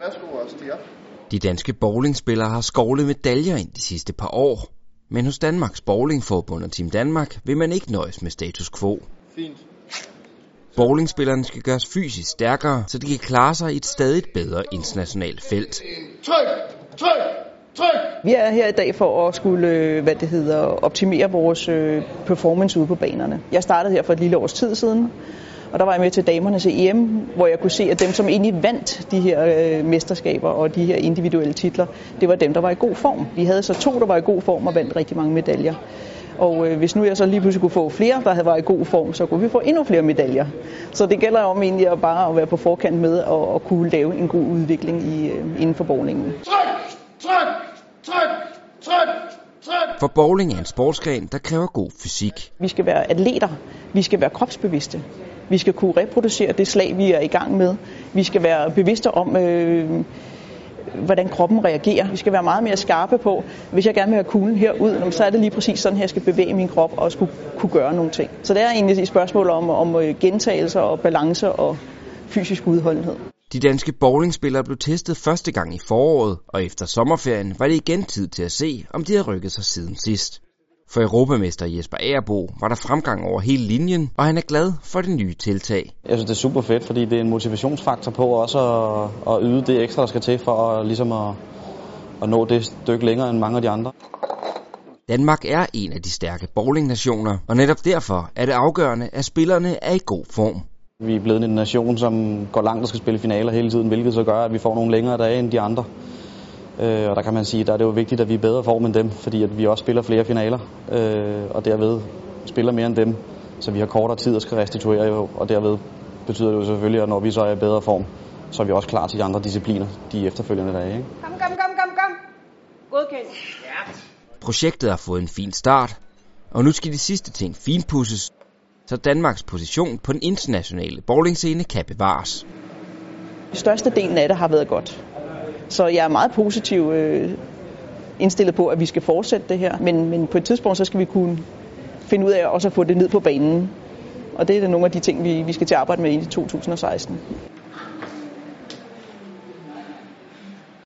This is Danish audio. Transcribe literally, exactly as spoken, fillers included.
Værsgo og stig op. De danske bowlingspillere har skovlet medaljer ind de sidste par år. Men hos Danmarks Bowlingforbund og Team Danmark vil man ikke nøjes med status quo. Fint. Bowlingspillerne skal gøres fysisk stærkere, så de kan klare sig i et stadig bedre internationalt felt. Tryk! Tryk! Tryk! Vi er her i dag for at skulle, hvad det hedder, optimere vores performance ude på banerne. Jeg startede her for et lille års tid siden, og der var jeg med til damernes E M, hvor jeg kunne se, at dem, som egentlig vandt de her øh, mesterskaber og de her individuelle titler, det var dem, der var i god form. Vi havde så to, der var i god form og vandt rigtig mange medaljer. Og øh, hvis nu jeg så lige pludselig kunne få flere, der havde været i god form, så kunne vi få endnu flere medaljer. Så det gælder om egentlig at bare at være på forkant med og, og kunne lave en god udvikling i, øh, inden for bowlingen. Tryk! Tryk! Tryk! Tryk! Tryk! For bowling er en sportsgren, der kræver god fysik. Vi skal være atleter. Vi skal være kropsbevidste. Vi skal kunne reproducere det slag, vi er i gang med. Vi skal være bevidste om, øh, hvordan kroppen reagerer. Vi skal være meget mere skarpe på, hvis jeg gerne vil have kuglen herud, så er det lige præcis sådan her, jeg skal bevæge min krop og skulle kunne gøre nogle ting. Så det er egentlig et spørgsmål om, om gentagelser og balance og fysisk udholdenhed. De danske bowlingspillere blev testet første gang i foråret, og efter sommerferien var det igen tid til at se, om de havde rykket sig siden sidst. For europamester Jesper Agerbo var der fremgang over hele linjen, og han er glad for det nye tiltag. Jeg synes, det er super fedt, fordi det er en motivationsfaktor på også at, at yde det ekstra, der skal til for at, ligesom at, at nå det stykke længere end mange af de andre. Danmark er en af de stærke bowlingnationer, og netop derfor er det afgørende, at spillerne er i god form. Vi er blevet en nation, som går langt og skal spille finaler hele tiden, hvilket så gør, at vi får nogle længere dage end de andre. Og der kan man sige, at det er jo vigtigt, at vi er bedre form end dem, fordi at vi også spiller flere finaler, og derved spiller mere end dem, så vi har kortere tid at skal restituere, og derved betyder det jo selvfølgelig, at når vi så er i bedre form, så er vi også klar til de andre discipliner, de efterfølgende dage. Ikke? Kom, kom, kom, kom, kom. Godkendt. Ja. Projektet har fået en fin start, og nu skal de sidste ting finpudses, så Danmarks position på den internationale bowlingscene kan bevares. Størstedelen af det har været godt. Så jeg er meget positiv øh, indstillet på, at vi skal fortsætte det her. Men, men på et tidspunkt, så skal vi kunne finde ud af også at få det ned på banen. Og det er nogle af de ting, vi, vi skal til at arbejde med i to tusind og seksten.